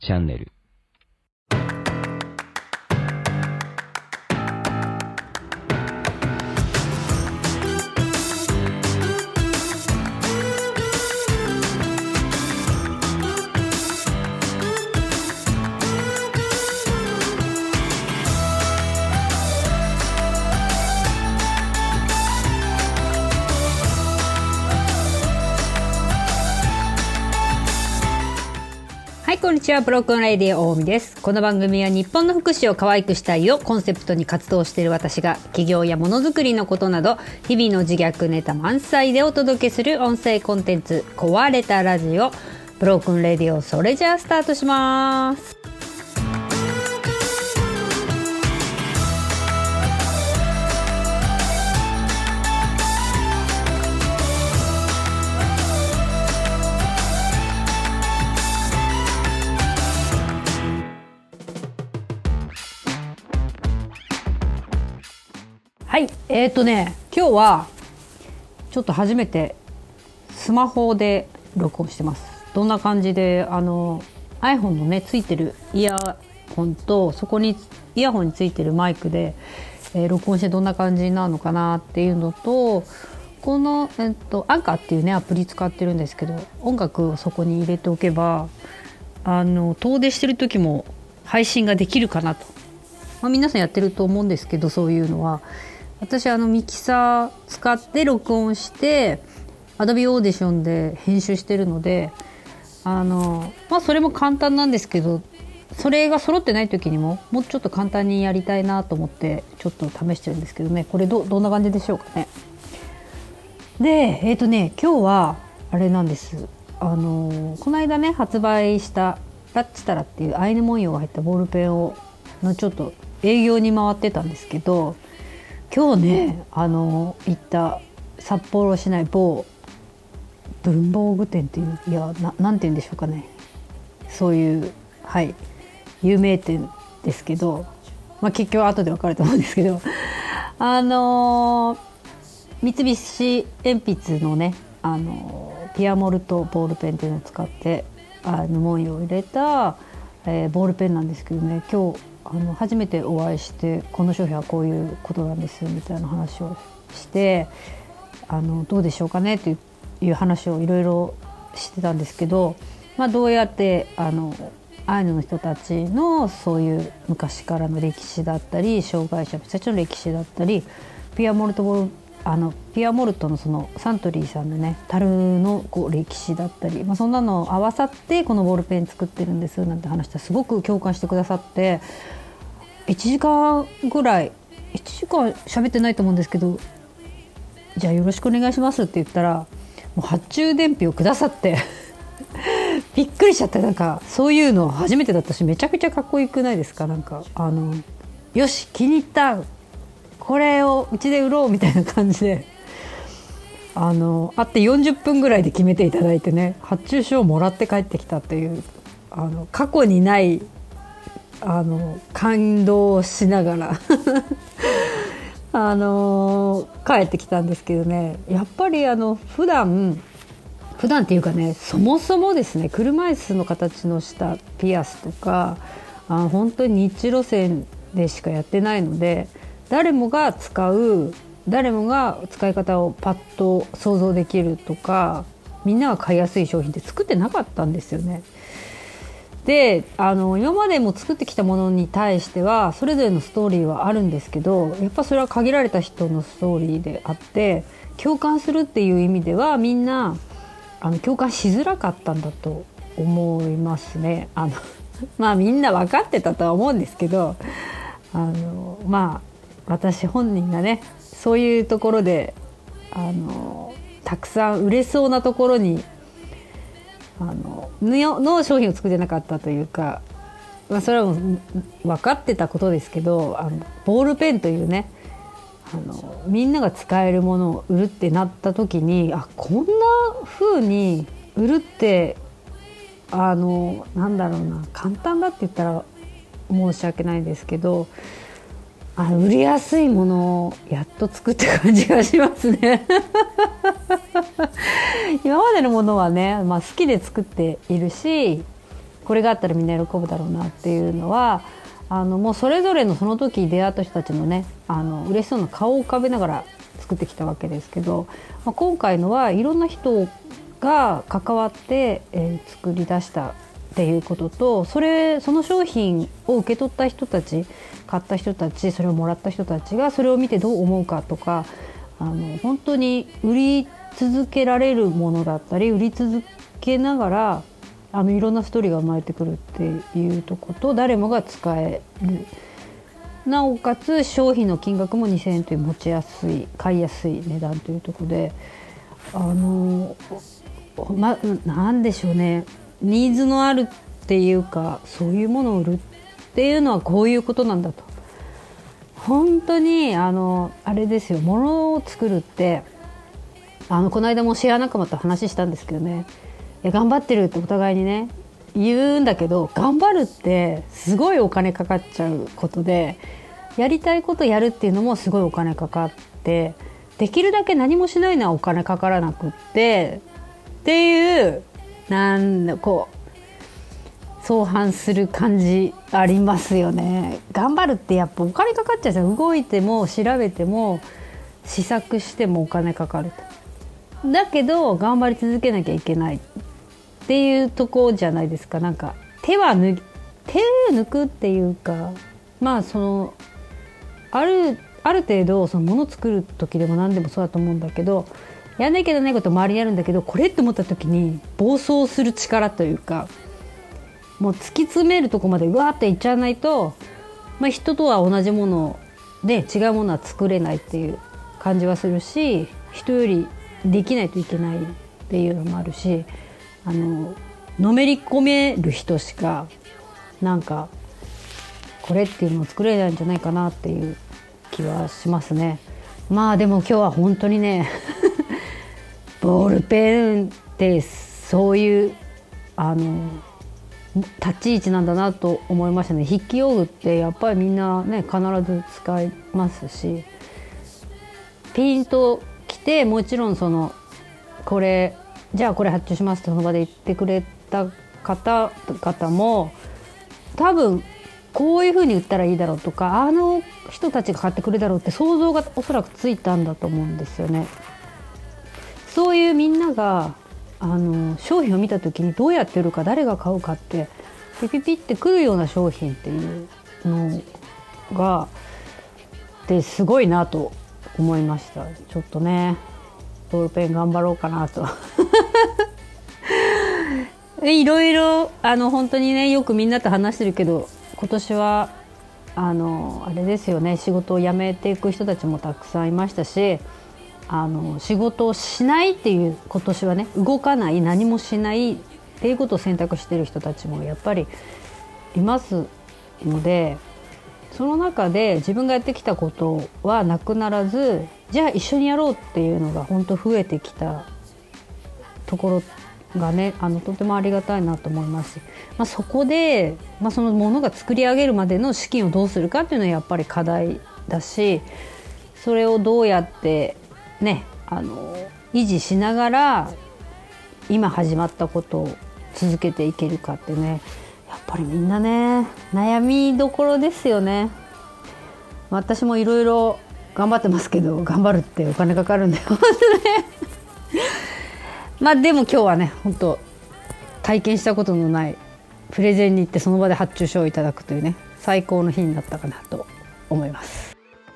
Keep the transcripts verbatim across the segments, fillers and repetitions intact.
チャンネル。 はい、こんにちは。ブロークンレディオ大海です。この番組は日本の福祉を可愛くしたいをコンセプトに活動している私が企業やものづくりのことなど日々の自虐ネタ満載でお届けする音声コンテンツ壊れたラジオブロークンレディオ。それじゃあスタートします。はい、えーとね今日はちょっと初めてスマホで録音してます。どんな感じであの iPhone のねついてるイヤホンとそこにイヤホンについてるマイクで、えー、録音してどんな感じなのかなっていうのと、この、えっと、アンカーっていうねアプリ使ってるんですけど、音楽をそこに入れておけばあの遠出してる時も配信ができるかなと、まあ、皆さんやってると思うんですけど、そういうのは私あのミキサー使って録音して Adobe Audition で編集してるので、あの、まあ、それも簡単なんですけど、それが揃ってない時にももうちょっと簡単にやりたいなと思ってちょっと試してるんですけどね。これ ど, どんな感じでしょうかね。でえっ、ー、とね今日はあれなんです。あのこの間ね発売したラッチタラっていうアイヌ文様が入ったボールペンをのちょっと営業に回ってたんですけど、今日ねあの行った札幌市内某文房具店っていう、いや な, なんて言うんでしょうかね、そういうはい有名店ですけど、まあ、結局後で分かると思うんですけどあの三菱鉛筆のねあのピアモルトボールペンっていうのを使ってあの文様を入れた、えー、ボールペンなんですけどね、今日あの初めてお会いしてこの商品はこういうことなんですみたいな話をして、あのどうでしょうかねっていう話をいろいろしてたんですけど、まあ、どうやってあのアイヌの人たちのそういう昔からの歴史だったり障害者の人たちの歴史だったりピアモルトボールあのピアモルトのそのサントリーさんのね樽のこう歴史だったり、まあ、そんなのを合わさってこのボールペン作ってるんですなんて話したらすごく共感してくださって、いちじかんぐらいいちじかん喋ってないと思うんですけど、じゃあよろしくお願いしますって言ったらもう発注伝票をくださってびっくりしちゃって、なんかそういうの初めてだったしめちゃくちゃかっこよくないですか。なんかあのよし気に入った、これをうちで売ろうみたいな感じであの会ってよんじゅっぷんぐらいで決めていただいてね、発注書をもらって帰ってきたというあの過去にないあの感動しながらあの帰ってきたんですけどね、やっぱりあの普段普段っていうかね、そもそもですね車椅子の形のしたピアスとかあ本当にニッチ路線でしかやってないので、誰もが使う誰もが使い方をパッと想像できるとかみんなが買いやすい商品って作ってなかったんですよね。であの今までも作ってきたものに対してはそれぞれのストーリーはあるんですけど、やっぱそれは限られた人のストーリーであって共感するっていう意味ではみんなあの共感しづらかったんだと思いますね。あのまあみんな分かってたとは思うんですけど、あのまあ私本人がねそういうところであのたくさん売れそうなところにあのの商品を作ってなかったというか、まあ、それはもう分かってたことですけど、あのボールペンというねあのみんなが使えるものを売るってなった時に、あこんな風に売るってあのなんだろうな、簡単だって言ったら申し訳ないですけど、あ売りやすいものをやっと作った感じがしますね今までのものはね、まあ、好きで作っているし、 これがあったらみんな喜ぶだろうなっていうのはあのもうそれぞれのその時出会った人たちのねあの嬉しそうな顔を浮かべながら作ってきたわけですけど、まあ、今回のはいろんな人が関わって、えー、作り出したっていうこととそれその商品を受け取った人たち買った人たちそれをもらった人たちがそれを見てどう思うかとかあの本当に売り続けられるものだったり売り続けながらあのいろんなストーリーが生まれてくるっていうとこと誰もが使えるなおかつ商品の金額もにせんえんという持ちやすい買いやすい値段というところであの、ま、なんでしょうねニーズのあるっていうかそういうものを売るっていうのはこういうことなんだと本当にあのあれですよ物を作るってあのこの間もシェア仲間と話したんですけどねいや頑張ってるってお互いにね言うんだけど頑張るってすごいお金かかっちゃうことでやりたいことやるっていうのもすごいお金かかってできるだけ何もしないのはお金かからなくってっていうなんだこう相反する感じありますよね。頑張るってやっぱお金かかっちゃうじゃん。動いても調べても試作してもお金かかるとだけど頑張り続けなきゃいけないっていうとこじゃないですか。なんか手は抜手を抜くっていうかまあそのあるある程度その物作る時でも何でもそうだと思うんだけどやんなきゃいけないこと周りにやるんだけどこれって思った時に暴走する力というかもう突き詰めるとこまでうわーっていっちゃわないと、まあ、人とは同じもので違うものは作れないっていう感じはするし人よりできないといけないっていうのもあるしあののめり込める人しかなんかこれっていうのを作れないんじゃないかなっていう気はしますね。まあでも今日は本当にねボールペンってそういうあの立ち位置なんだなと思いましたね。筆記用具ってやっぱりみんなね必ず使いますしピンときてもちろんそのこれじゃあこれ発注しますってその場で言ってくれた方々も多分こういう風に売ったらいいだろうとかあの人たちが買ってくれるだろうって想像がおそらくついたんだと思うんですよね。そういうみんながあの商品を見た時にどうやって売るか誰が買うかってピピピってくるような商品っていうのがですごいなと思いました。ちょっとねボールペン頑張ろうかなといろいろあの本当にねよくみんなと話してるけど今年はあのあれですよね仕事を辞めていく人たちもたくさんいましたしあの仕事をしないっていう今年はね動かない何もしないっていうことを選択している人たちもやっぱりいますのでその中で自分がやってきたことはなくならずじゃあ一緒にやろうっていうのが本当増えてきたところがねあのとてもありがたいなと思いますし、まあ、そこで、まあ、そのものが作り上げるまでの資金をどうするかっていうのはやっぱり課題だしそれをどうやってねあの維持しながら今始まったことを続けていけるかってねやっぱりみんなね悩みどころですよね。私もいろいろ頑張ってますけど頑張るってお金かかるんだよねまあでも今日はね本当体験したことのないプレゼンに行ってその場で発注書をいただくというね最高の日になったかなと思います。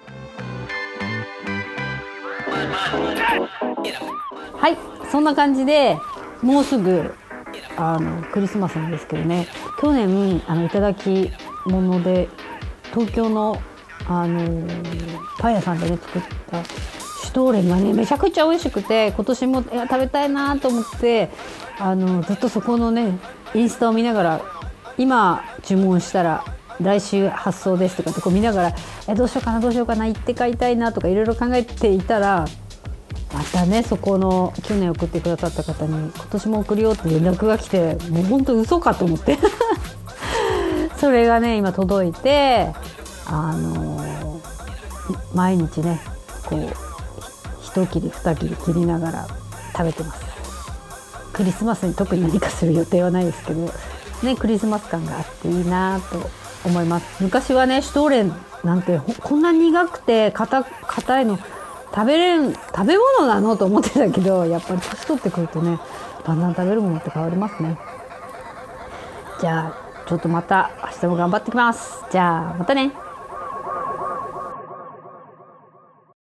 はいそんな感じでもうすぐあのクリスマスなんですけどね去年あのいただき物で東京のあのパン屋さんでね作ったシュトーレンがねめちゃくちゃ美味しくて今年もいや食べたいなと思ってあのずっとそこのねインスタを見ながら今注文したら来週発送ですとかってこう見ながらえどうしようかなどうしようかな行って買いたいなとかいろいろ考えていたらまたねそこの去年送ってくださった方に今年も送るよって連絡が来てもう本当嘘かと思ってそれがね今届いてあのー、毎日ねこう一切り二切り切りながら食べてます。クリスマスに特に何かする予定はないですけどね、クリスマス感があっていいなと思います。昔はねシュトーレンなんてこんな苦くて硬硬いの食べれん食べ物なのと思ってたけど、やっぱり年取ってくるとねだんだん食べるものって変わりますね。じゃあちょっとまた明日も頑張ってきます。じゃあまたね。